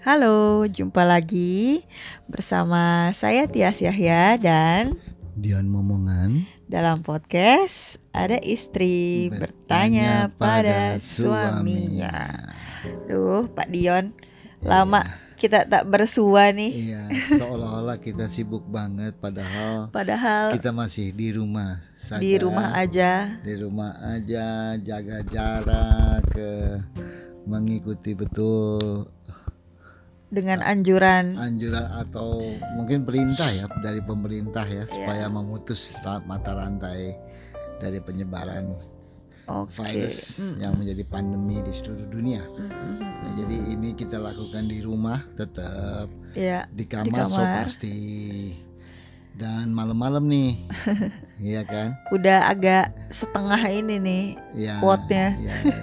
Halo, jumpa lagi bersama saya Tias Yahya dan Dion Momongan dalam podcast Ada Istri Bertanya pada Suaminya. Duh, Pak Dion, lama kita tak bersua nih. Iya, seolah-olah kita sibuk banget padahal kita masih di rumah saja. Di rumah aja. Di rumah aja, jaga jarak, mengikuti betul dengan anjuran atau mungkin perintah ya dari pemerintah ya, supaya memutus mata rantai dari penyebaran virus yang menjadi pandemi di seluruh dunia. Nah, jadi ini kita lakukan di rumah tetap, di kamar so pasti, dan malam-malam nih, iya kan? Udah agak setengah ini nih quote-nya.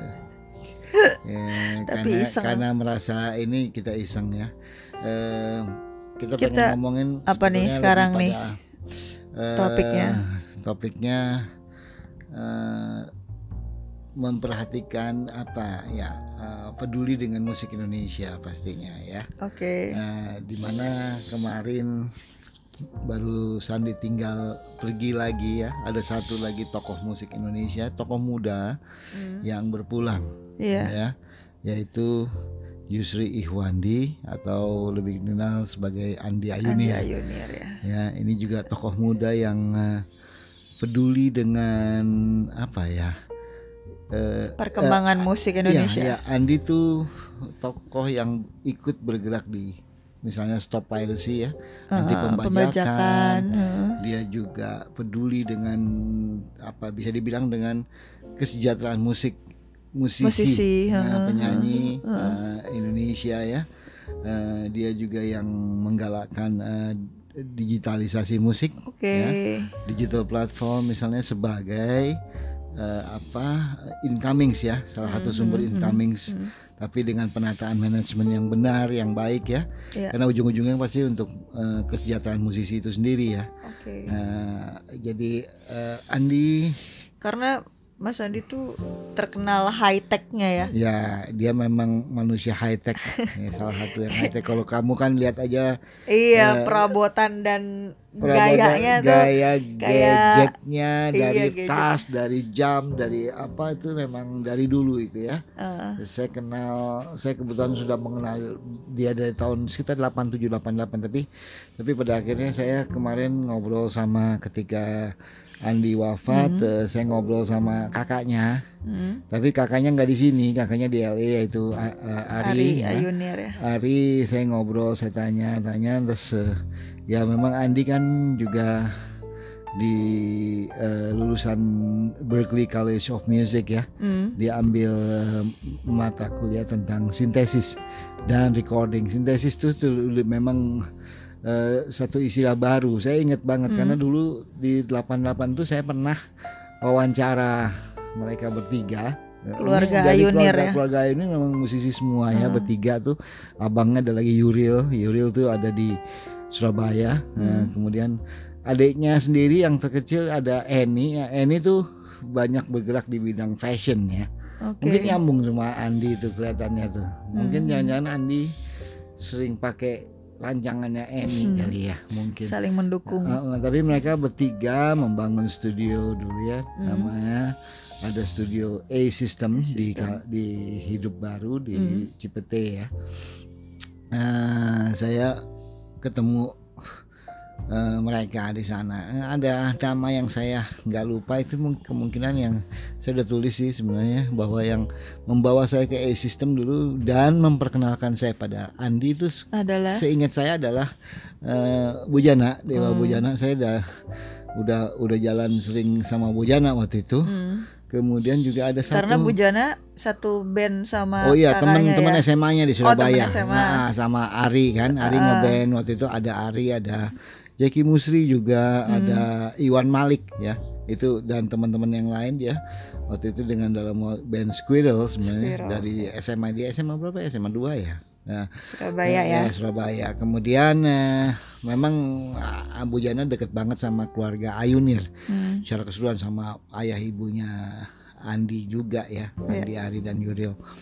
Tapi karena merasa ini kita iseng ya. Kita pengen ngomongin apa nih sekarang nih topiknya memperhatikan apa ya, peduli dengan musik Indonesia pastinya ya. Dimana kemarin barusan ditinggal pergi lagi ya, ada satu lagi tokoh musik Indonesia, tokoh muda yang berpulang ya, yaitu Yusri Ihwandi atau lebih dikenal sebagai Andi Ayunir ya. Ini juga tokoh muda yang peduli dengan apa ya, perkembangan musik Indonesia. Ya, Andi tuh tokoh yang ikut bergerak di misalnya Stop Piracy ya, anti pembajakan. Dia juga peduli dengan apa, bisa dibilang dengan kesejahteraan musisi ya, penyanyi Indonesia ya. Dia juga yang menggalakkan digitalisasi musik ya, digital platform misalnya sebagai incomings ya, salah satu sumber incomings, tapi dengan penataan manajemen yang benar, yang baik ya. Karena ujung-ujungnya pasti untuk kesejahteraan musisi itu sendiri ya. Jadi Andi, karena Mas Andi tuh terkenal high tech-nya ya. Ya, dia memang manusia high tech. Ya, salah satu yang high tech. Kalau kamu kan lihat aja. Iya, perabotan dan gayanya tuh gadgetnya, dari tas, dari jam, dari apa itu memang dari dulu itu ya. Saya kebetulan sudah mengenal dia dari tahun sekitar 87-88, tapi pada akhirnya saya kemarin ngobrol sama ketika Andi wafat, saya ngobrol sama kakaknya, tapi kakaknya nggak di sini, kakaknya di LA, yaitu Ari Ayunir ya. Ari, saya ngobrol, saya tanya terus ya memang Andi kan juga di lulusan Berklee College of Music ya. Dia ambil mata kuliah tentang sintesis dan recording. Sintesis itu memang satu istilah baru. Saya ingat banget karena dulu di 88 tuh saya pernah wawancara mereka bertiga. Keluarga Ayunir ya. Keluarga Ayunir memang musisi semua ya, bertiga tuh. Abangnya ada lagi Yuril tuh ada di Surabaya. Kemudian adiknya sendiri yang terkecil ada Eni. Eni tuh banyak bergerak di bidang fashion ya. Mungkin nyambung sama Andi itu kelihatannya tuh. Mungkin jangan-jangan Andi sering pakai rancangannya Eni kali ya, mungkin saling mendukung. Tapi mereka bertiga membangun studio dulu ya, namanya ada studio A System di Hidup Baru di Cipete ya. Saya ketemu mereka di sana. Ada nama yang saya nggak lupa, itu kemungkinan yang saya udah tulis sih sebenarnya, bahwa yang membawa saya ke A-System dulu dan memperkenalkan saya pada Andi itu adalah, seingat saya adalah Bujana, Dewa Bujana. Saya udah jalan sering sama Bujana waktu itu. Kemudian juga ada karena Bujana satu band sama teman-teman ya? SMA-nya di Surabaya. SMA. Sama Ari kan, Ari ngeband waktu itu, ada Ari, ada Jackie Musri juga, ada Iwan Malik ya, itu dan teman-teman yang lain dia waktu itu dengan dalam band Squirrel sebenarnya. Dari SMA, dia SMA berapa ya, SMA 2 ya. Nah, Surabaya ya. Surabaya. Kemudian memang Bujana deket banget sama keluarga Ayunir, secara keseluruhan, sama ayah ibunya Andi juga ya, Andi, Ari dan Yuril.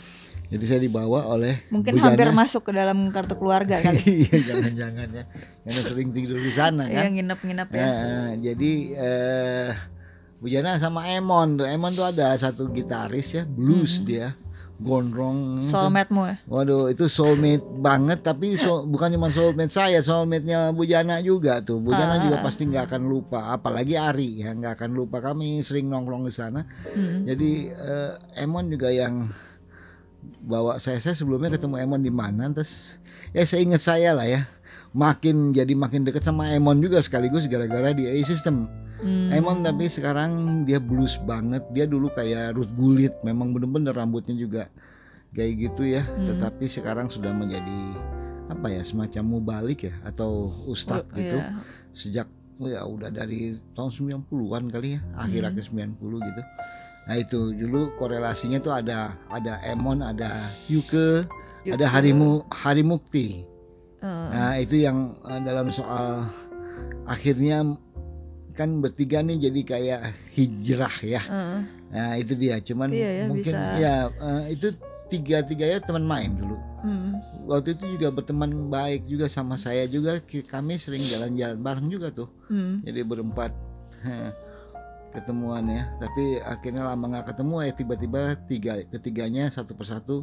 Jadi saya dibawa oleh mungkin Bujana. Hampir masuk ke dalam kartu keluarga kali. Iya, jangan-jangan ya. Karena sering tidur di sana kan. Iya, nginep-nginep ya. Jadi Bujana sama Emon tuh ada satu gitaris ya, blues dia. Gondrong. Soulmate-mu ya? Waduh, itu soulmate banget, tapi bukan cuma soulmate saya, soulmate-nya Bujana juga tuh. Bujana juga pasti nggak akan lupa, apalagi Ari ya, nggak akan lupa, kami sering nongkrong di sana. Jadi Emon juga yang bawa saya sebelumnya ketemu Emon di mana, terus ya saya ingat saya lah ya, makin dekat sama Emon juga sekaligus gara-gara di A-System. Emon tapi sekarang dia blues banget. Dia dulu kayak Ruth Gullit, memang bener-bener rambutnya juga kayak gitu ya. Tetapi sekarang sudah menjadi apa ya, semacam mubalik ya, atau ustadz gitu. Yeah. Sejak ya udah dari tahun 90-an kali ya, akhir-akhir 90 gitu. Nah itu dulu korelasinya tuh ada Emon, ada Yuke, ada Harimukti. Nah itu yang dalam soal akhirnya kan bertiga nih jadi kayak hijrah ya. Nah itu dia, cuman mungkin ya itu tiga-tiganya teman main dulu. Waktu itu juga berteman baik juga sama saya juga, kami sering jalan-jalan bareng juga tuh. Jadi berempat ketemuan ya, tapi akhirnya lama nggak ketemu ya, tiba-tiba ketiganya satu persatu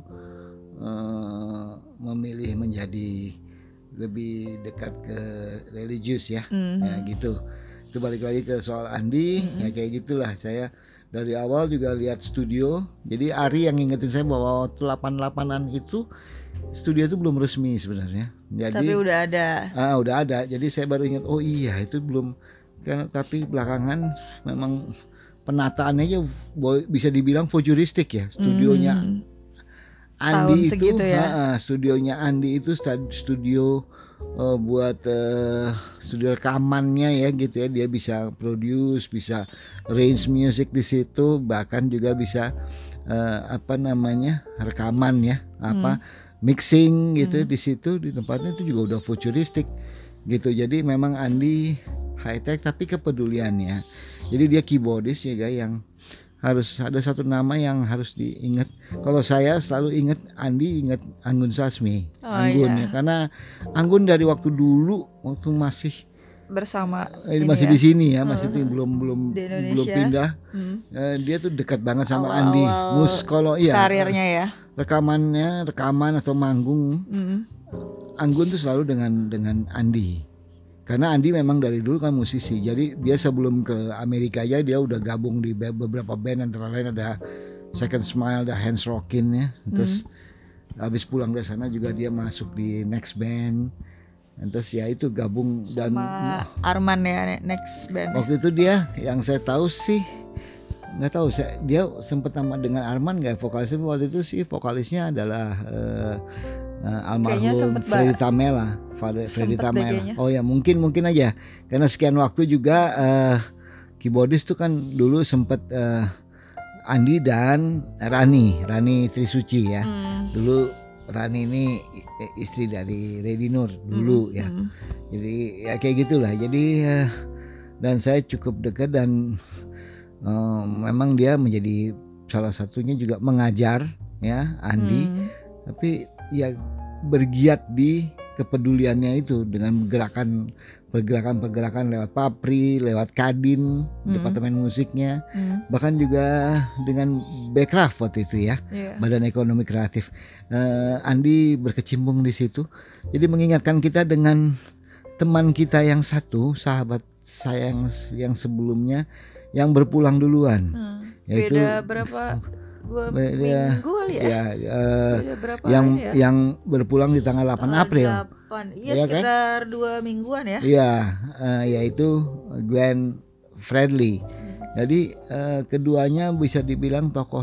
memilih menjadi lebih dekat ke religius ya. Ya gitu. Itu balik lagi ke soal Andi, ya kayak gitulah. Saya dari awal juga lihat studio. Jadi Ari yang ngingetin saya bahwa waktu 88-an itu studio itu belum resmi sebenarnya. Jadi, tapi udah ada. Udah ada. Jadi saya baru ingat, oh iya itu belum. Tapi belakangan memang penataannya bisa dibilang futuristik ya. Studionya Andi itu, studionya Andi itu studio buat studio rekamannya ya gitu ya. Dia bisa produce, bisa arrange music di situ, bahkan juga bisa rekaman ya, mixing gitu di situ, di tempatnya itu juga udah futuristik gitu. Jadi memang Andi high tech tapi kepeduliannya. Jadi dia keyboardis ya guys, yang harus ada satu nama yang harus diingat. Kalau saya selalu ingat Andi, ingat Anggun Sasmi. Ya. Karena Anggun dari waktu dulu, waktu masih bersama masih di sini ya, masih belum pindah. Dia tuh dekat banget sama Andi. Kalau karirnya ya. Rekaman atau manggung. Anggun tuh selalu dengan Andi. Karena Andi memang dari dulu kan musisi, jadi dia sebelum ke Amerika aja dia udah gabung di beberapa band, antara lain ada Second Smile, ada Hands Rockin ya. Terus habis pulang dari sana juga dia masuk di Next Band. Terus ya itu gabung sama Arman ya, Next Band. Waktu itu dia yang saya tahu sih, nggak tahu dia sempat sama dengan Arman nggak vokalisnya. Waktu itu sih vokalisnya adalah almarhum Freddy Tamela. Oh ya mungkin aja, karena sekian waktu juga keyboardis tuh kan dulu sempet Andi dan Rani Trisuci ya. Dulu Rani ini istri dari Reddy Nur dulu ya. Jadi ya kayak gitulah. Jadi dan saya cukup dekat, dan memang dia menjadi salah satunya juga mengajar ya Andi. Tapi ya bergiat di kepeduliannya itu dengan pergerakan lewat Papri, lewat Kadin, departemen musiknya, bahkan juga dengan Bekraf waktu itu ya, Badan Ekonomi Kreatif. Andi berkecimpung di situ. Jadi mengingatkan kita dengan teman kita yang satu, sahabat saya yang sebelumnya yang berpulang duluan. Yaitu, beda berapa? 2 minggu kali ya? Yang berpulang di tanggal 8 April. 8. Iya, sekitar kan? 2 mingguan ya? Iya, yaitu Glenn Fredly. Jadi keduanya bisa dibilang tokoh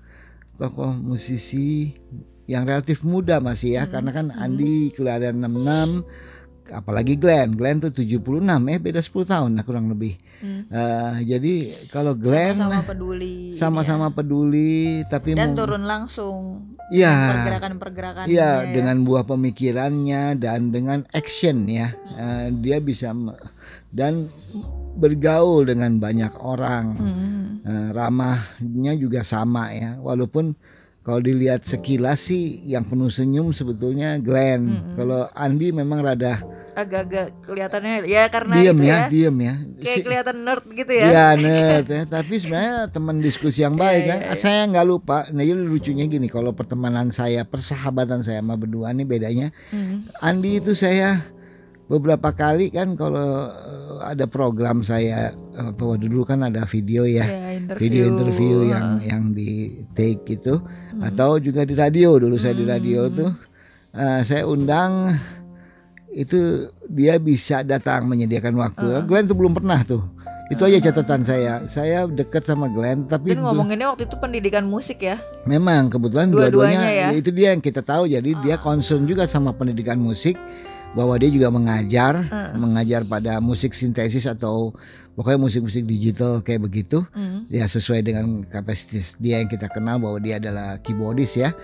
musisi yang relatif muda masih ya, karena kan Andi kelahiran 66, apalagi Glenn tuh 76 beda 10 tahun lah kurang lebih. Jadi kalau Glenn sama-sama peduli tapi dan turun langsung ya, pergerakan-pergerakannya ya, dengan buah pemikirannya dan dengan action ya. Dia bisa dan bergaul dengan banyak orang. Ramahnya juga sama ya, walaupun kalau dilihat sekilas sih yang penuh senyum sebetulnya Glenn. Kalau Andi memang rada agak-agak kelihatannya ya karena diem itu ya, ya. Diem ya. Kayak kelihatan nerd gitu ya. Iya nerd ya, tapi sebenarnya teman diskusi yang baik kan. Saya nggak lupa. Nah, jadi lucunya gini, kalau pertemanan saya, persahabatan saya sama berdua nih bedanya. Andi itu saya beberapa kali kan kalau ada program saya dulu kan ada video ya, video interview yang di take itu, atau juga di radio dulu saya di radio tuh saya undang itu dia bisa datang menyediakan waktu. Glenn tuh belum pernah tuh. Itu aja catatan saya dekat sama Glenn. Tapi ngomonginnya waktu itu pendidikan musik ya. Memang kebetulan dua-duanya ya. Itu dia yang kita tahu. Jadi dia concern juga sama pendidikan musik, bahwa dia juga mengajar pada musik sintesis atau pokoknya musik-musik digital kayak begitu. Ya sesuai dengan kapasitas dia yang kita kenal bahwa dia adalah keyboardis ya.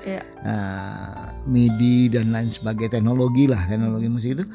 MIDI dan lain sebagainya, teknologi musik itu.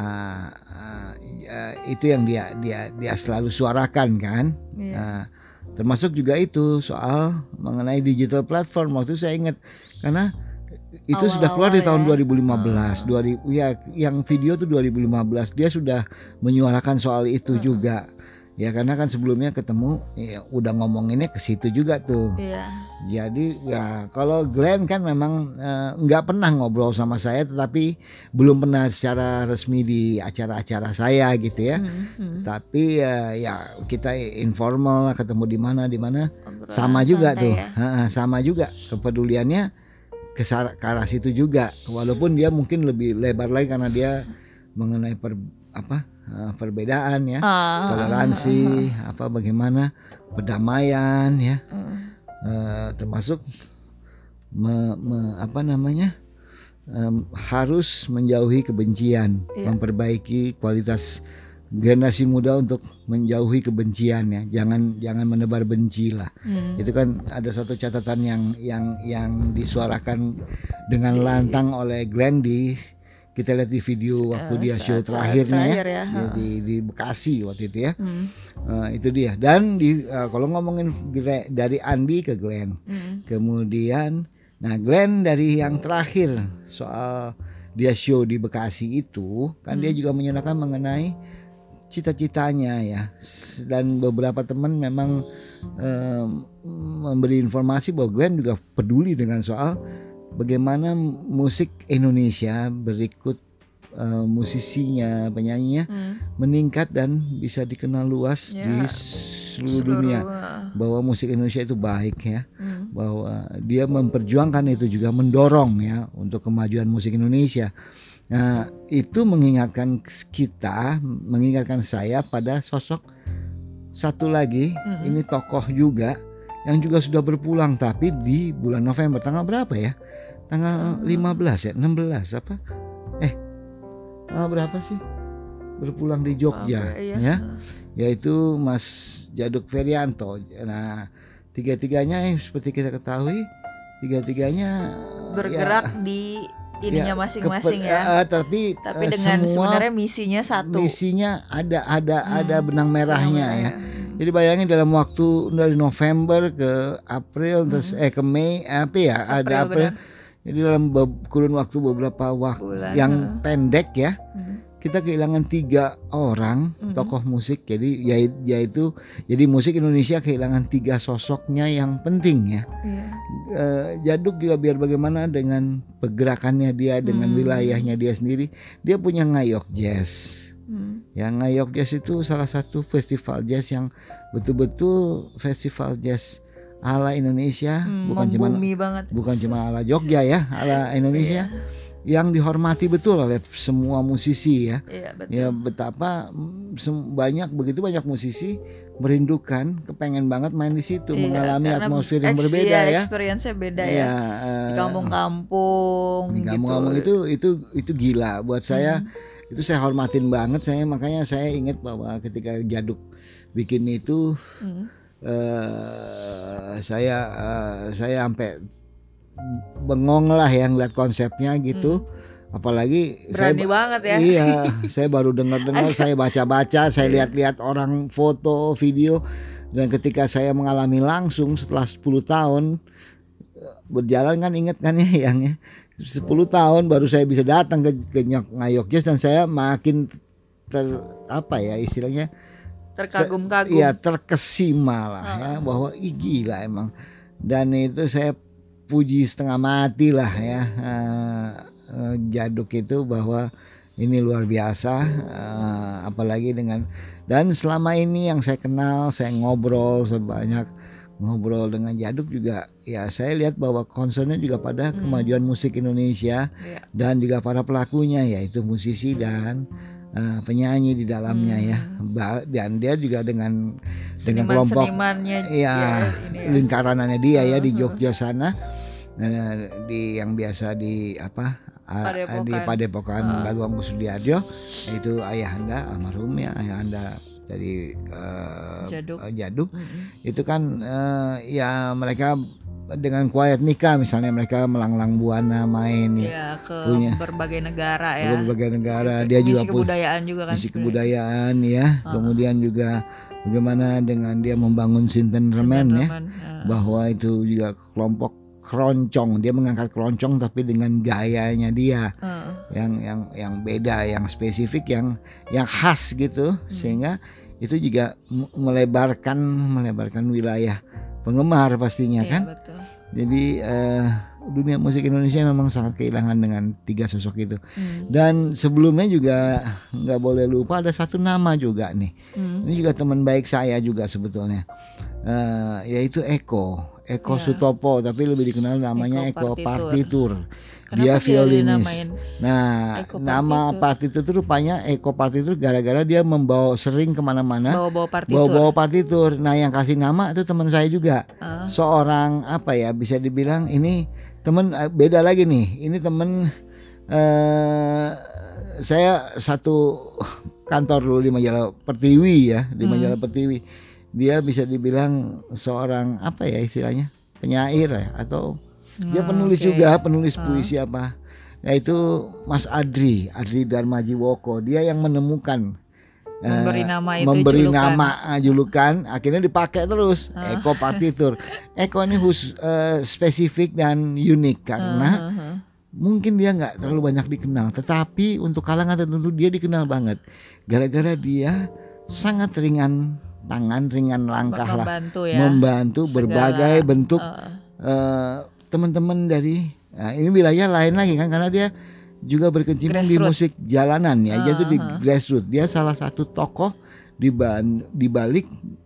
Itu yang dia selalu suarakan kan. Termasuk juga itu soal mengenai digital platform. Waktu itu saya ingat karena itu sudah keluar di tahun 2015. Yang video tuh 2015 dia sudah menyuarakan soal itu juga. Ya karena kan sebelumnya ketemu ya udah ngomonginnya ke situ juga tuh. Jadi ya kalau Glenn kan memang nggak pernah ngobrol sama saya, tetapi belum pernah secara resmi di acara-acara saya gitu ya. Tapi ya kita informal ketemu di mana sama juga tuh. Sama juga kepeduliannya ke arah situ juga, walaupun dia mungkin lebih lebar lagi karena dia mengenai perbedaan ya, toleransi, bagaimana perdamaian ya, termasuk harus menjauhi kebencian, memperbaiki kualitas generasi muda untuk menjauhi kebencian ya, jangan menebar benci lah. Itu kan ada satu catatan yang disuarakan dengan lantang oleh Glenn kita lihat di video waktu dia show terakhirnya ya. Di Bekasi waktu itu ya. Itu dia. Dan kalau ngomongin dari Andi ke Glenn, kemudian Glenn dari yang terakhir soal dia show di Bekasi itu kan dia juga menyatakan mengenai cita-citanya ya, dan beberapa teman memang memberi informasi bahwa Glenn juga peduli dengan soal bagaimana musik Indonesia berikut musisinya, penyanyinya meningkat dan bisa dikenal luas di seluruh dunia, bahwa musik Indonesia itu baik ya, bahwa dia memperjuangkan itu juga mendorong ya untuk kemajuan musik Indonesia. Nah itu mengingatkan saya pada sosok satu lagi, ini tokoh juga yang juga sudah berpulang, tapi di bulan November tanggal berapa ya? Tanggal 15 ya, 16 apa? Tanggal berapa sih? Berpulang di Jogja ya. Yaitu Mas Djaduk Ferianto. Nah, tiga-tiganya seperti kita ketahui, tiga-tiganya bergerak di ininya masing-masing ya. Tapi dengan sebenarnya misinya satu. Misinya ada benang merahnya ya. Jadi bayangin dalam waktu dari November ke April terus ke Mei ada April. Jadi dalam kurun waktu beberapa waktu yang pendek ya. Kita kehilangan 3 orang tokoh musik. Jadi jadi musik Indonesia kehilangan 3 sosoknya yang penting ya. Djaduk juga biar bagaimana dengan pergerakannya dia, dengan wilayahnya dia sendiri, dia punya Ngayog Jazz. Yang Ngayog Jazz itu salah satu festival jazz yang betul-betul festival jazz ala Indonesia, bukan cuma ala Jogja ya, ala Indonesia. Yang dihormati betul oleh semua musisi ya. Ya betapa begitu banyak musisi merindukan, kepengen banget main di situ, mengalami atmosfer yang berbeda ya. Experience-nya beda ya. Di kampung-kampung. Di kampung-kampung itu gila buat saya. Itu saya hormatin banget, makanya saya ingat bahwa ketika Djaduk bikin itu saya sampai bengong lah yang lihat konsepnya gitu. Apalagi berani banget ya. Iya, saya baru dengar, saya baca-baca, saya lihat-lihat orang foto, video, dan ketika saya mengalami langsung setelah 10 tahun berjalan kan, inget kan ya yang 10 tahun baru saya bisa datang ke Ngayog Jazz, dan saya makin istilahnya terkagum-kagum. Iya, terkesima lah ya, bahwa gila emang. Dan itu saya puji setengah mati lah ya, Djaduk itu, bahwa ini luar biasa, apalagi dan selama ini yang saya kenal, saya ngobrol dengan Djaduk juga ya, saya lihat bahwa concernnya juga pada kemajuan musik Indonesia, dan juga para pelakunya, yaitu musisi dan penyanyi di dalamnya ya. Dan dia juga dengan kelompok lingkarannya dia ya di Jogja sana, yang biasa di Padepokan Bagong Kussudiarjo, yaitu ayahanda almarhum ya, ayahanda dari Djaduk. Itu kan ya mereka dengan Quiet Nika misalnya, mereka melanglang buana main ya ke berbagai negara ya. Dia juga misi kebudayaan juga kan. Misi kebudayaan ya. Kemudian juga bagaimana dengan dia membangun Sinten Remen ya. Bahwa itu juga kelompok keroncong, dia mengangkat keroncong tapi dengan gayanya dia yang beda, yang spesifik, yang khas gitu, sehingga itu juga melebarkan wilayah penggemar pastinya kan. Betul. Jadi dunia musik Indonesia memang sangat kehilangan dengan 3 sosok itu. Dan sebelumnya juga nggak boleh lupa ada satu nama juga nih. Ini juga teman baik saya juga sebetulnya, yaitu Eko Sutopo, tapi lebih dikenal namanya Eko Partitur. Dia violinis. Nah, nama partitur itu rupanya Eko Partitur gara-gara dia sering kemana-mana bawa partitur. Nah, yang kasih nama itu teman saya juga, seorang bisa dibilang ini teman beda lagi nih. Ini teman saya satu kantor dulu di Majalah Pertiwi ya, di Majalah Pertiwi. Dia bisa dibilang seorang istilahnya penyair ya, atau dia penulis juga, penulis puisi yaitu Mas Adri Darmajiwoko. Dia yang menemukan memberi nama julukan, akhirnya dipakai terus Eko Partitur. Eko ini spesifik dan unik karena mungkin dia nggak terlalu banyak dikenal, tetapi untuk kalangan tertentu dia dikenal banget gara-gara dia sangat ringan tangan, ringan langkah membantu berbagai bentuk teman-teman dari ini wilayah lain lagi kan, karena dia juga berkecimpung di musik jalanan ya, yaitu di grassroots. Dia salah satu tokoh di balik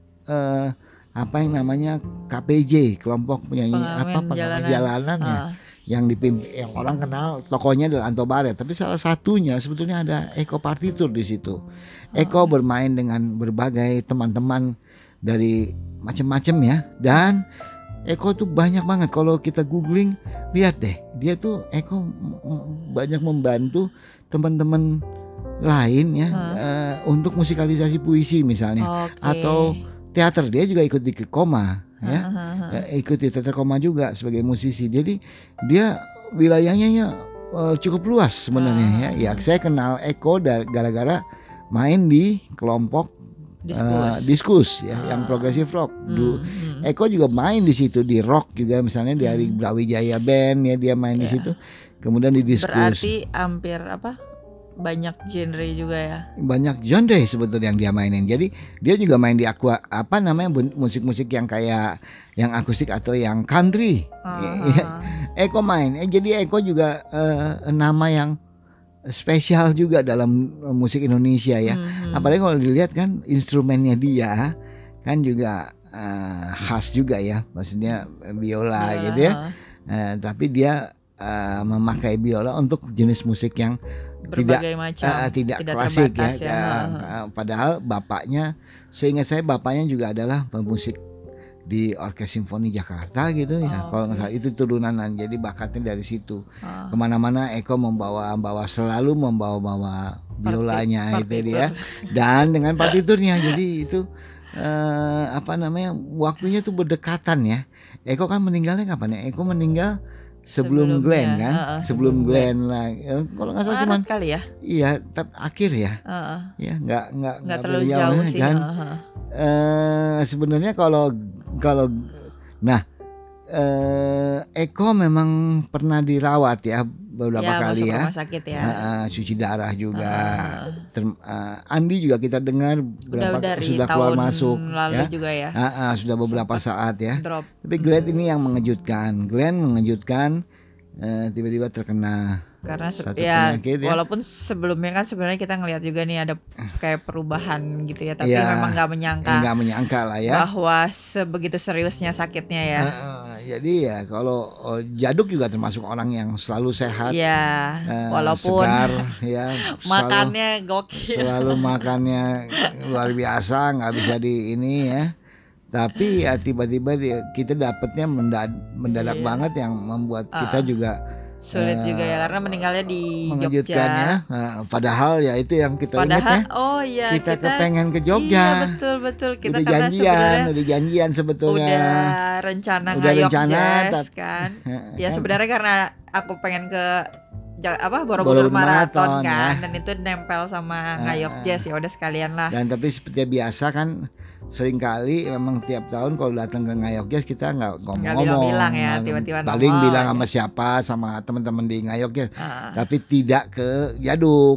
yang namanya KPJ, kelompok penyanyi pengamen jalanan ya, yang dipimpin, yang orang kenal tokohnya adalah Anto Baret, tapi salah satunya sebetulnya ada Eko Partitur di situ. Eko bermain dengan berbagai teman-teman dari macam-macam ya, dan Eko tuh banyak banget. Kalau kita googling, lihat deh, dia tuh Eko banyak membantu teman-teman lain ya, untuk musikalisasi puisi misalnya, atau teater. Dia juga ikut di Koma ya, ikut di teater Koma juga sebagai musisi. Jadi dia wilayahnya cukup luas sebenarnya ya. Saya kenal Eko gara-gara main di kelompok Diskus ya, yang progressive rock. Eko juga main di situ, di rock juga misalnya dari Brawijaya Band ya, dia main di situ. Kemudian di Diskus. Berarti hampir banyak genre juga ya. Banyak genre sebetulnya yang dia mainin. Jadi dia juga main di musik-musik yang kayak yang akustik atau yang country. Eko main. Jadi Eko juga nama yang spesial juga dalam musik Indonesia ya. Apalagi kalau dilihat kan instrumennya dia kan juga khas juga ya, maksudnya biola gitu ya. Tapi dia memakai biola untuk jenis musik yang tidak klasik ya. Padahal bapaknya, seingat saya bapaknya juga adalah pemusik di Orkes Simfoni Jakarta gitu ya. Kalau nggak salah itu turunan, jadi bakatnya dari situ. Kemana-mana Eko selalu membawa biolanya itu dia, dan dengan partiturnya. Jadi itu waktunya tuh berdekatan ya. Eko kan meninggalnya kapan ya? Eko meninggal sebelum Glenn kan, sebelum Glenn lah. Kalau nggak salah cuman kali ya. Iya, akhir ya. Ya nggak terlalu jauh sih kan. Sebenarnya kalau Eko memang pernah dirawat ya beberapa kali masuk ya. Rumah sakit ya. Cuci darah juga. Andi juga kita dengar sudah keluar masuk lalu ya. Juga ya. Sudah beberapa saat ya. Drop. Tapi Glenn ini yang mengejutkan. Glenn mengejutkan, tiba-tiba terkena karena penyakit, walaupun sebelumnya kan sebenarnya kita ngelihat juga nih ada kayak perubahan gitu ya, tapi memang nggak menyangka lah ya bahwa sebegitu seriusnya sakitnya ya. Jadi ya kalau Djaduk juga termasuk orang yang selalu sehat ya, walaupun segar ya, makannya gokil, selalu makannya luar biasa, nggak bisa di ini ya. Tapi ya tiba-tiba kita dapatnya mendadak banget yang membuat kita juga sulit juga ya, karena meninggalnya di Jogja. Ya. Padahal ya itu yang kita ingat ya. Kita kepengen ke Jogja. Iya betul. Kita udah janjian sebetulnya. Udah rencana ngayok jazz kan. Ya sebenarnya karena aku pengen ke Borobudur Marathon kan, dan itu nempel sama ngayok jazz, ya udah sekalian lah. Dan tapi seperti biasa kan, seringkali memang tiap tahun kalau datang ke ngayok jazz kita nggak ngomong-ngomong ya, tiba-tiba paling bilang sama siapa, sama teman-teman di ngayok jazz, tapi tidak ke Djaduk.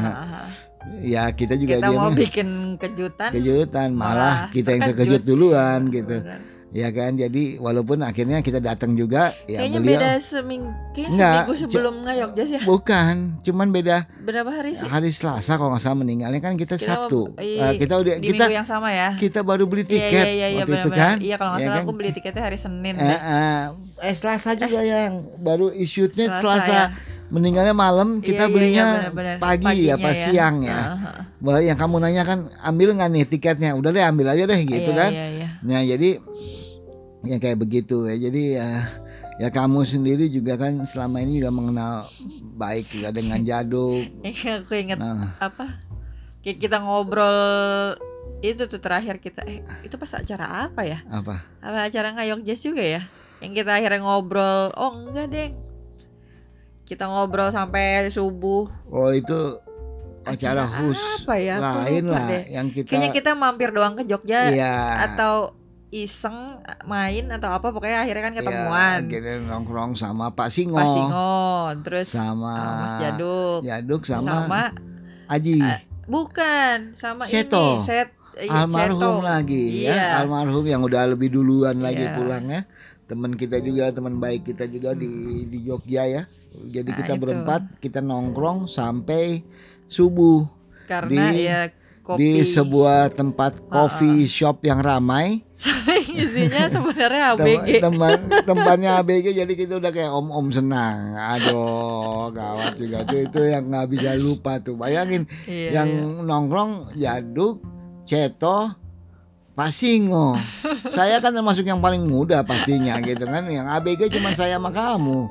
Ya kita juga mau bikin kejutan malah kita yang terkejut duluan gitu. Ya kan, jadi walaupun akhirnya kita datang juga ya, kayaknya beliau beda seminggu sebelum ngayok jazz ya. Bukan, cuman beda berapa hari sih? Hari Selasa kalau nggak salah meninggalnya kan, kita Sabtu. Kita udah di minggu yang sama ya. Kita baru beli tiket waktu itu kan. Iya, kalau nggak salah aku beli tiketnya hari Senin. Selasa juga yang baru shootnya Selasa. Meninggalnya malam, kita belinya pagi ya, pas siang ya. Yang kamu nanya kan, ambil nggak nih tiketnya? Udah deh, ambil aja deh gitu kan. Nah jadi ya kayak begitu ya. Jadi ya kamu sendiri juga kan selama ini juga mengenal baik juga dengan Djaduk. Aku ingat kayak kita ngobrol itu tuh terakhir kita itu pas acara apa ya? Apa acara ngayok jazz juga ya? Yang kita akhirnya ngobrol. Oh enggak deh, kita ngobrol sampai subuh. Oh itu acara apa ya? Lain lah yang kayaknya kita mampir doang ke Jogja atau iseng main atau apa, pokoknya akhirnya kan ketemuan. Kita nongkrong sama Pak Singo, terus sama Mas Djaduk sama Aji. Bukan, sama Seto. ini almarhum lagi ya, almarhum yang udah lebih duluan lagi pulang ya. Teman kita juga, teman baik kita juga di Jogja ya. Jadi kita berempat, kita nongkrong sampai subuh. Karena kopi. Di sebuah tempat coffee shop yang ramai. Isinya sebenarnya ABG. Tempatnya ABG, jadi kita udah kayak om-om senang. Aduh, gawat juga tuh, itu yang nggak bisa lupa tuh. Bayangin yang nongkrong Djaduk, Ceto, Pak Singo. Saya kan termasuk yang paling muda pastinya gitu kan. Yang ABG cuma saya sama kamu.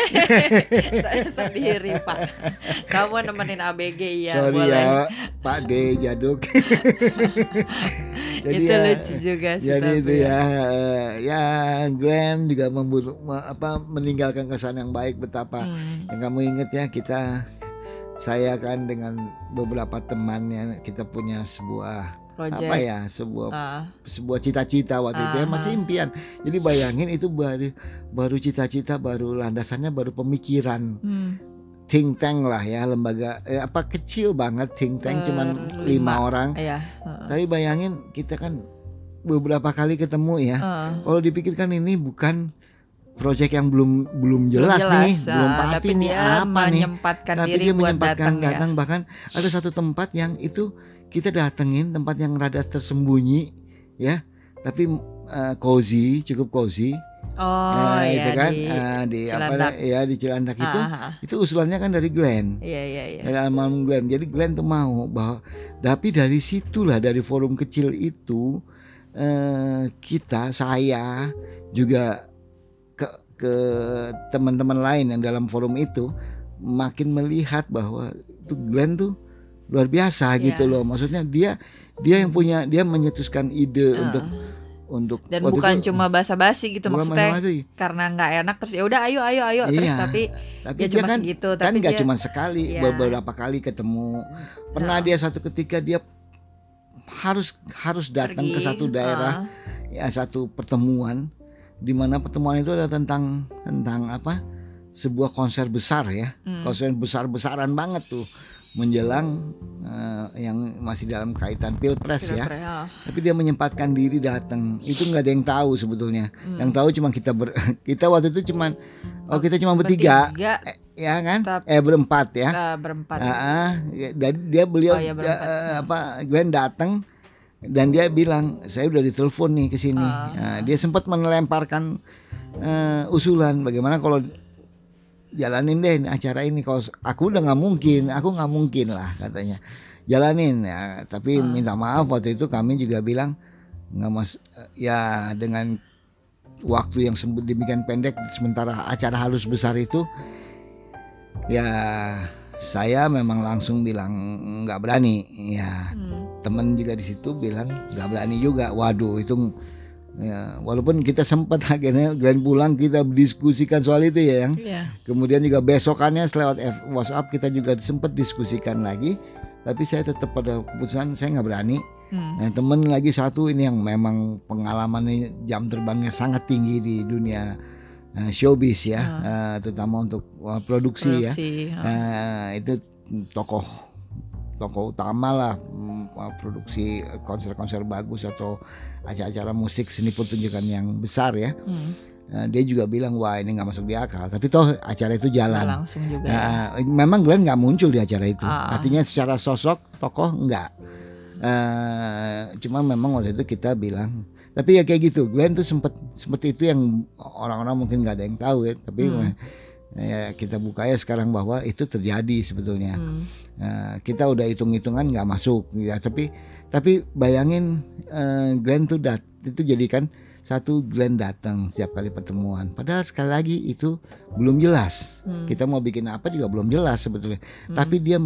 Saya sendiri Pak. Kamu nemenin ABG ya. Sorry boleh. Ya Pak D Djaduk. Jadi itu lucu juga sih. Jadi itu ya Glenn juga meninggalkan kesan yang baik. Betapa yang kamu ingat ya, saya kan dengan beberapa temannya kita punya sebuah project. Sebuah cita-cita waktu itu ya, masih impian. Jadi bayangin itu baru cita-cita, baru landasannya, baru pemikiran. Think tank lah ya, lembaga kecil banget, think tank cuman 5 orang. Tapi bayangin kita kan beberapa kali ketemu ya. Kalau dipikirkan ini bukan proyek yang belum jelas nih, belum pasti nih apa nih. Tapi dia menyempatkan datang. Bahkan ada satu tempat yang itu kita datengin, tempat yang rada tersembunyi ya, tapi cukup cozy. Itu kan di Cilandak. Di Cilandak itu usulannya kan dari Glenn. Dari almarhum Glenn. Jadi Glenn tuh mau bahwa, tapi dari situlah, dari forum kecil itu saya juga ke teman-teman lain yang dalam forum itu makin melihat bahwa itu Glenn tuh luar biasa gitu loh. Maksudnya dia yang punya, dia menyetuskan ide untuk dan bukan cuma basa-basi gitu, maksudnya karena nggak enak terus ya udah ayo terus tapi dia cuma kan, segitu. Tapi nggak cuma sekali, beberapa kali ketemu. Pernah dia satu ketika dia harus datang ke satu daerah, satu pertemuan. di mana pertemuan itu adalah tentang apa? Sebuah konser besar ya, konser besar-besaran banget tuh menjelang yang masih dalam kaitan pilpres ya. Tapi dia menyempatkan diri datang. Itu nggak ada yang tahu sebetulnya. Yang tahu cuma kita waktu itu kita cuma bertiga. Ya kan? Berempat ya. Berempat. Dan beliau Glenn datang dan dia bilang saya udah ditelepon nih ke sini. Dia sempat melemparkan usulan bagaimana kalau jalanin deh acara ini, kalau aku nggak mungkin lah katanya jalanin ya, tapi minta maaf waktu itu kami juga bilang nggak ya dengan waktu yang demikian pendek sementara acara halus besar itu ya saya memang langsung bilang nggak berani ya. Temen juga di situ bilang nggak berani juga. Waduh itu ya, walaupun kita sempat akhirnya Glenn pulang kita diskusikan soal itu ya yang kemudian juga besokannya lewat WhatsApp kita juga sempat diskusikan lagi, tapi saya tetap pada keputusan saya nggak berani. Nah temen lagi satu ini yang memang pengalamannya jam terbangnya sangat tinggi di dunia showbiz ya, terutama untuk produksi ya. Itu tokoh utama lah, produksi konser-konser bagus atau acara-acara musik seni pertunjukan yang besar ya. Dia juga bilang wah ini nggak masuk di akal, tapi toh acara itu jalan. Langsung juga. Memang Glenn nggak muncul di acara itu, artinya secara sosok tokoh nggak. Cuma memang waktu itu kita bilang, tapi ya kayak gitu. Glenn tuh seperti itu yang orang-orang mungkin nggak ada yang tahu ya, tapi ya kita buka ya sekarang bahwa itu terjadi sebetulnya. Kita udah hitung-hitungan nggak masuk ya, tapi bayangin Glenn tuh itu jadikan satu Glenn datang setiap kali pertemuan, padahal sekali lagi itu belum jelas. Kita mau bikin apa juga belum jelas sebetulnya, tapi dia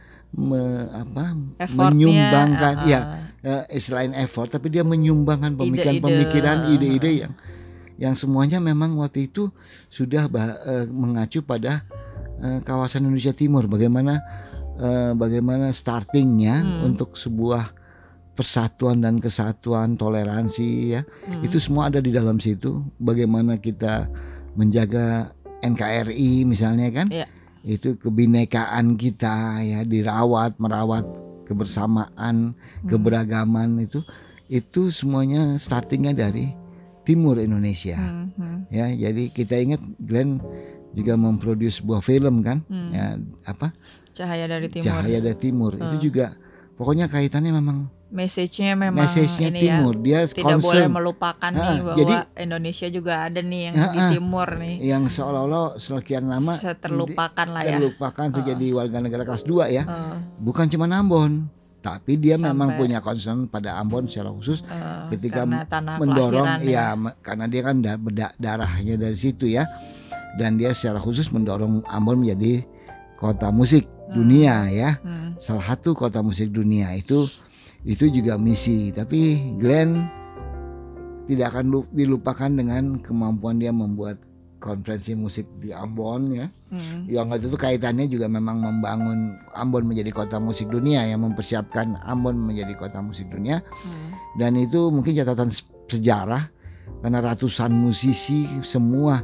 menyumbangkan selain effort, tapi dia menyumbangkan pemikiran ide-ide yang semuanya memang waktu itu sudah mengacu pada kawasan Indonesia Timur, bagaimana startingnya untuk sebuah persatuan dan kesatuan, toleransi ya. Itu semua ada di dalam situ. Bagaimana kita menjaga NKRI misalnya kan. Itu kebinekaan kita ya, merawat kebersamaan, keberagaman itu semuanya startingnya dari timur Indonesia. Ya, jadi kita ingat Glenn juga memproduksi sebuah film kan, ya apa? Cahaya dari Timur. Itu juga pokoknya kaitannya memang message-nya ini timur. Ya, dia tidak boleh melupakan nih bahwa jadi, Indonesia juga ada nih yang di timur nih. Yang seolah-olah sekian lama terlupakan terjadi warga negara kelas 2 ya. Bukan cuma Ambon, tapi dia memang punya concern pada Ambon secara khusus ketika mendorong karena dia kan darahnya dari situ ya. Dan dia secara khusus mendorong Ambon menjadi kota musik dunia ya. Salah satu kota musik dunia itu juga misi. Tapi Glenn tidak akan dilupakan dengan kemampuan dia membuat konferensi musik di Ambon ya. Yang itu kaitannya juga memang membangun Ambon menjadi kota musik dunia, yang mempersiapkan Ambon menjadi kota musik dunia. Dan itu mungkin catatan sejarah karena ratusan musisi semua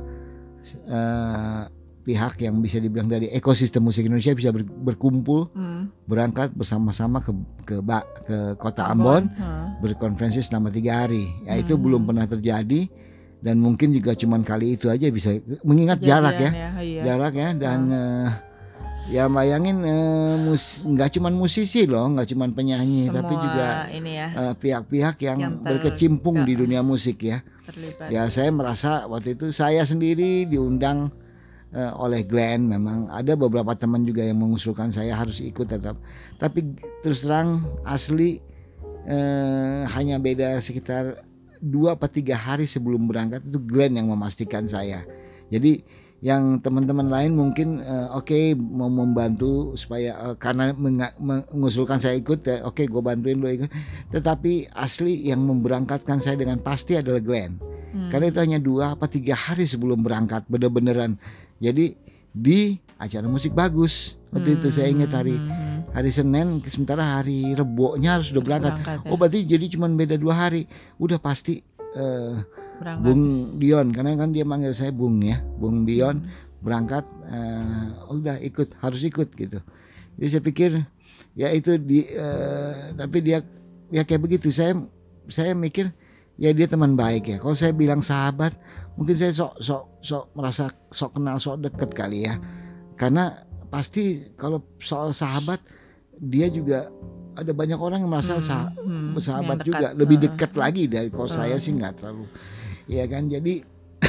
pihak yang bisa dibilang dari ekosistem musik Indonesia bisa berkumpul, berangkat bersama-sama ke kota Ambon, berkonferensi selama 3 hari. Ya itu belum pernah terjadi dan mungkin juga cuman kali itu aja bisa, mengingat jarak ya dan ya bayangin nggak cuman musisi loh, nggak cuman penyanyi, semua tapi juga pihak-pihak yang berkecimpung di dunia musik ya. Terlibat. Ya saya merasa waktu itu saya sendiri diundang oleh Glenn. Memang ada beberapa teman juga yang mengusulkan saya harus ikut tetap, tapi terus terang asli hanya beda sekitar 2-3 hari sebelum berangkat itu Glenn yang memastikan saya. Jadi yang teman-teman lain mungkin mau membantu supaya karena mengusulkan saya ikut ya, gue bantuin lo ikut. Tetapi asli yang memberangkatkan saya dengan pasti adalah Glenn. Karena itu hanya 2-3 hari sebelum berangkat bener-beneran. Jadi di acara musik bagus waktu itu saya ingat hari Senin, sementara hari Rebo-nya harus sudah berangkat. Ya. Berarti jadi cuma beda 2 hari. Udah pasti Bung Dion, karena kan dia manggil saya Bung ya, Bung Dion berangkat, udah harus ikut gitu. Jadi saya pikir ya itu tapi dia ya kayak begitu. Saya mikir ya dia teman baik ya. Kalau saya bilang sahabat, mungkin saya sok merasa sok kenal, sok deket kali ya. Karena pasti kalau soal sahabat, dia juga ada banyak orang yang merasa sahabat juga, lebih dekat lagi dari kalau saya sih nggak terlalu, ya kan. Jadi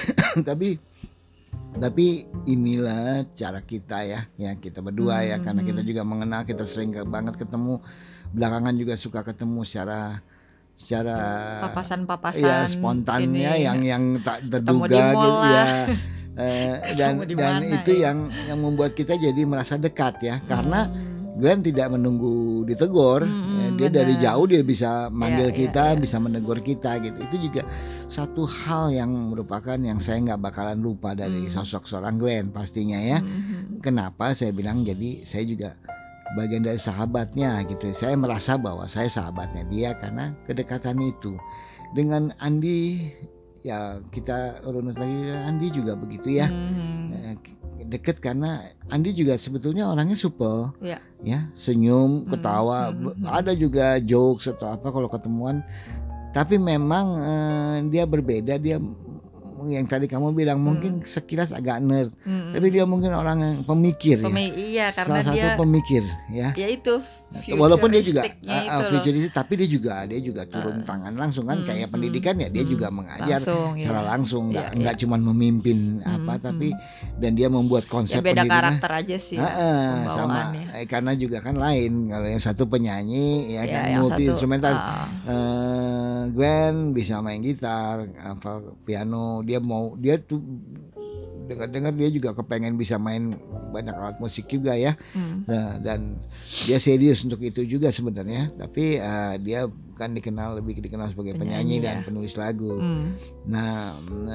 tapi inilah cara kita ya kita berdua ya, karena kita juga mengenal, kita sering banget ketemu, belakangan juga suka ketemu secara papasan ya spontannya yang tak terduga gitu ya. Dan itu ya? yang membuat kita jadi merasa dekat ya, karena Glenn tidak menunggu ditegur, dia dari jauh dia bisa manggil kita, bisa menegur kita gitu. Itu juga satu hal yang merupakan yang saya nggak bakalan lupa dari sosok seorang Glenn pastinya ya. Kenapa saya bilang jadi saya juga bagian dari sahabatnya gitu. Saya merasa bahwa saya sahabatnya dia karena kedekatan itu. Dengan Andi ya, kita runut lagi, Andi juga begitu ya. Deket karena Andi juga sebetulnya orangnya supel ya, senyum, ketawa, ada juga jokes atau apa kalau ketemuan. Tapi memang dia berbeda, dia yang tadi kamu bilang mungkin sekilas agak nerd, tapi dia mungkin orang yang pemikir ya. Iya, karena salah satu pemikir ya. Ya itu. Walaupun dia juga futuristik, tapi dia juga turun tangan langsung kan, kayak pendidikan ya, dia juga mengajar secara langsung, nggak cuma memimpin tapi dan dia membuat konsep ya, beda karakter aja sih sama karena juga kan lain, kalau yang satu penyanyi ya kan, multi instrumental. Glenn bisa main gitar, piano, dia tuh dengar dia juga kepengen bisa main banyak alat musik juga ya. Nah, dan dia serius untuk itu juga sebenarnya, tapi dia kan lebih dikenal sebagai penyanyi dan penulis lagu. Nah,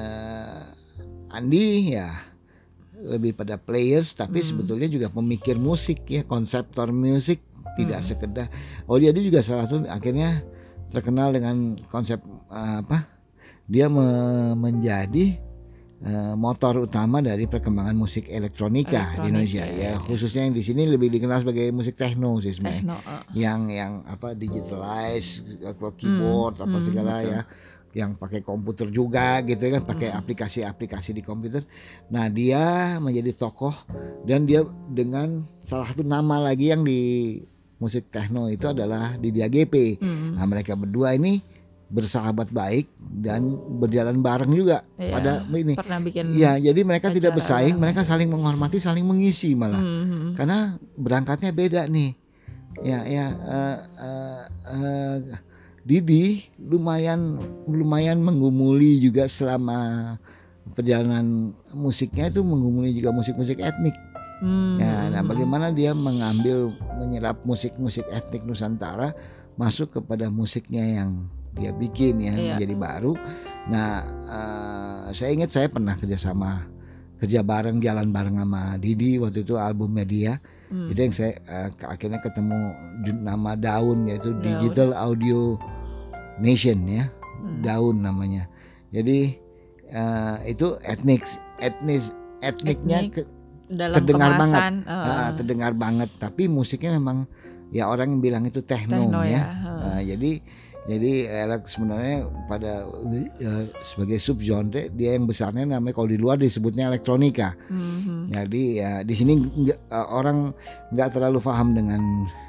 Andi ya lebih pada players, tapi sebetulnya juga pemikir musik ya, konseptor musik, tidak sekedar dia juga salah satu akhirnya terkenal dengan konsep dia menjadi motor utama dari perkembangan musik elektronika di Indonesia ya, khususnya yang di sini lebih dikenal sebagai musik techno sih sebenarnya, yang digitalize, keyboard segala ya, yang pakai komputer juga gitu kan, pakai aplikasi-aplikasi di komputer. Nah, dia menjadi tokoh, dan dia dengan salah satu nama lagi yang di musik techno itu adalah Didi AGP. Nah, mereka berdua ini bersahabat baik dan berjalan bareng juga pada ini. Pernah bikin jadi mereka tidak bersaing, mereka saling menghormati, saling mengisi malah. Karena berangkatnya beda nih. Didi lumayan menggumuli juga selama perjalanan musiknya, itu menggumuli juga musik-musik etnik. Nah, bagaimana dia menyerap musik-musik etnik Nusantara masuk kepada musiknya yang dia bikin ya, menjadi baru. Nah, saya ingat saya pernah kerja bareng, jalan bareng sama Didi waktu itu, albumnya dia. Itu yang saya akhirnya ketemu nama Daun, yaitu Digital Audio Nation ya, Daun namanya. Jadi itu etniknya terdengar banget, terdengar banget. Tapi musiknya memang ya orang yang bilang itu techno ya. Jadi sebenarnya pada sebagai subgenre dia yang besarnya namanya, kalau di luar disebutnya elektronika. Jadi ya di sini orang nggak terlalu paham dengan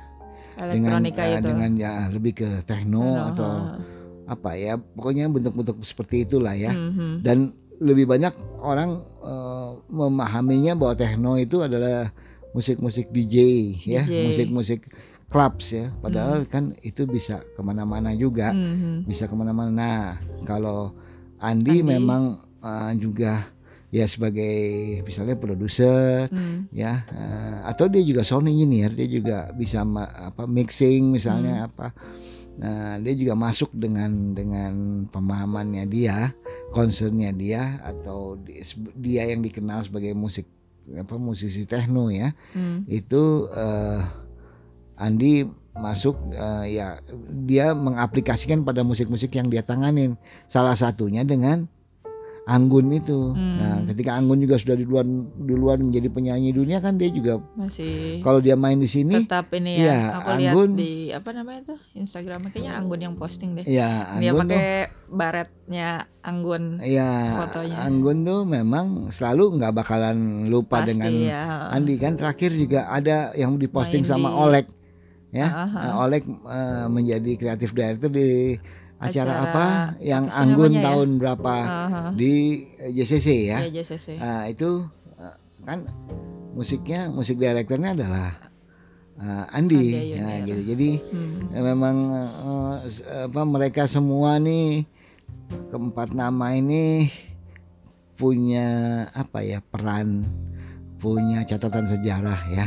ya lebih ke techno atau apa ya, pokoknya bentuk-bentuk seperti itulah ya. Dan lebih banyak orang memahaminya bahwa techno itu adalah musik-musik DJ ya, musik-musik clubs ya, padahal kan itu bisa kemana-mana juga, bisa kemana-mana. Nah, kalau Andi memang juga ya sebagai misalnya produser ya, atau dia juga sound engineer, dia juga bisa mixing misalnya apa. Nah, dia juga masuk dengan pemahamannya dia, concernnya dia, atau dia yang dikenal sebagai musisi techno ya. Itu Andi masuk ya, dia mengaplikasikan pada musik-musik yang dia tanganin. Salah satunya dengan Anggun itu. Nah, ketika Anggun juga sudah duluan menjadi penyanyi dunia kan, dia juga masih, kalau dia main di sini tetap ini ya. Aku Anggun, lihat di apa namanya tuh Instagram, kayaknya Anggun yang posting deh. Ya, Anggun dia pakai baretnya Anggun. Ya, fotonya. Anggun tuh memang selalu nggak bakalan lupa. Pasti, dengan Andi kan. Terakhir juga ada yang diposting sama Oleg ya. Oleg menjadi kreatif director di acara apa yang apa Anggun tahun ya? Berapa di JCC ya. JCC. Itu kan musik direkturnya adalah Andi ya, gitu. Jadi memang mereka semua nih, keempat nama ini punya peran, punya catatan sejarah ya.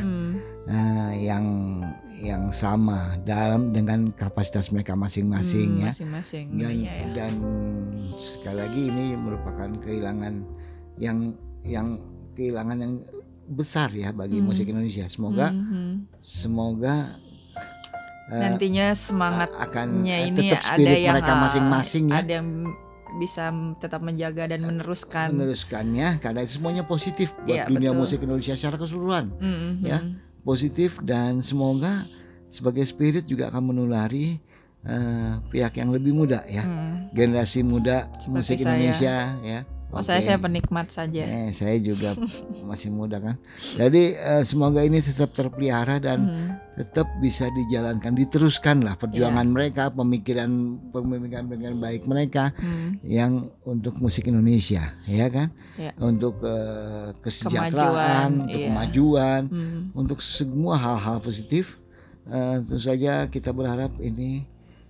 Yang sama dengan kapasitas mereka masing-masing ya. Dan sekali lagi ini merupakan kehilangan yang kehilangan yang besar ya bagi musik Indonesia. Semoga nantinya semangatnya ini ada yang mereka masing-masing ya. Ada yang bisa tetap menjaga dan meneruskannya, karena itu semuanya positif buat dunia musik Indonesia secara keseluruhan ya. Positif, dan semoga sebagai spirit juga akan menulari pihak yang lebih muda ya, generasi muda musik Indonesia ya. Saya penikmat saja. Saya juga masih muda kan. Jadi semoga ini tetap terpelihara dan tetap bisa dijalankan, diteruskan lah perjuangan mereka, pemikiran baik mereka yang untuk musik Indonesia ya kan, untuk kesejahteraan, untuk kemajuan, untuk semua hal-hal positif. Tentu saja kita berharap ini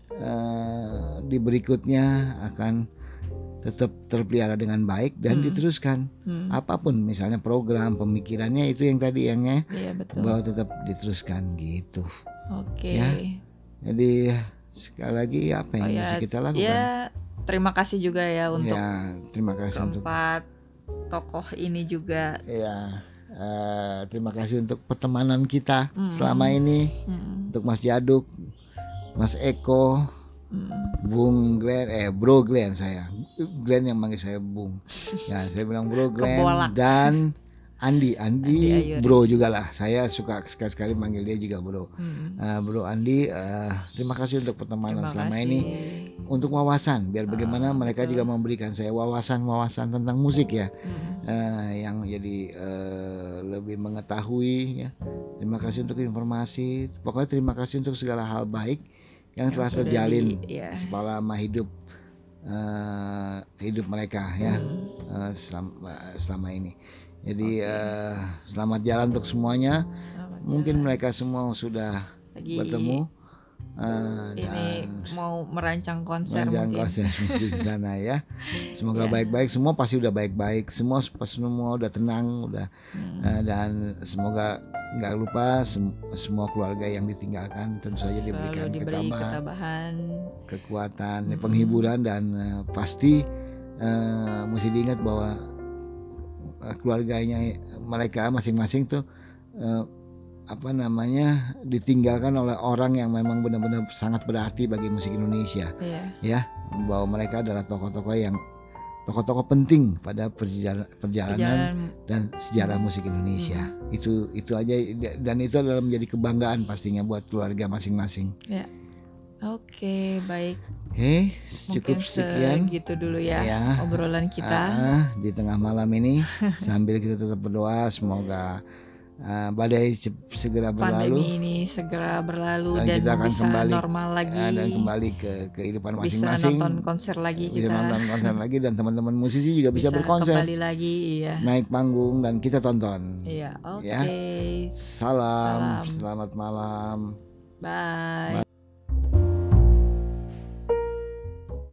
di berikutnya akan tetap terpelihara dengan baik dan diteruskan. Apapun misalnya program pemikirannya itu yang tadi bahwa tetap diteruskan gitu. Oke. Ya. Jadi sekali lagi apa yang bisa kita lakukan? Ya, terima kasih juga ya untuk terima kasih keempat tokoh ini juga. Ya. Terima kasih untuk pertemanan kita selama ini, untuk Mas Jaduk, Mas Eko, Bung Glenn, Bro Glenn, Glenn yang manggil saya Bung. Ya, saya bilang Bro Glenn. Dan Andi Bro juga lah. Saya suka sekali manggil dia juga Bro. Bro Andi, terima kasih untuk pertemanan selama ini, untuk wawasan, biar bagaimana mereka juga memberikan saya wawasan tentang musik ya, yang jadi lebih mengetahui ya. Terima kasih untuk informasi. Pokoknya terima kasih untuk segala hal baik yang telah terjalin selama hidup mereka ya, selama ini. Jadi selamat jalan untuk semuanya. Mungkin mereka semua sudah bertemu ini mau merancang konser di sana ya. Semoga baik-baik, semua pasti udah baik-baik, semua udah tenang, dan semoga nggak lupa semua keluarga yang ditinggalkan tentu saja diberikan ketabahan, kekuatan, penghiburan, dan pasti mesti diingat bahwa keluarganya mereka masing-masing tuh ditinggalkan oleh orang yang memang benar-benar sangat berarti bagi musik Indonesia ya, bahwa mereka adalah tokoh-tokoh penting pada perjalanan dan sejarah musik Indonesia. Itu aja, dan itu adalah menjadi kebanggaan pastinya buat keluarga masing-masing. Oke, baik. Cukup sekian gitu dulu ya obrolan kita di tengah malam ini. Sambil kita tetap berdoa semoga badai segera berlalu, pandemi ini segera berlalu, dan kita akan bisa kembali normal lagi, dan kembali ke kehidupan masing-masing, bisa nonton konser lagi, dan teman-teman musisi juga bisa berkonser kembali lagi, naik panggung dan kita tonton. Oke. Salam, selamat malam, bye.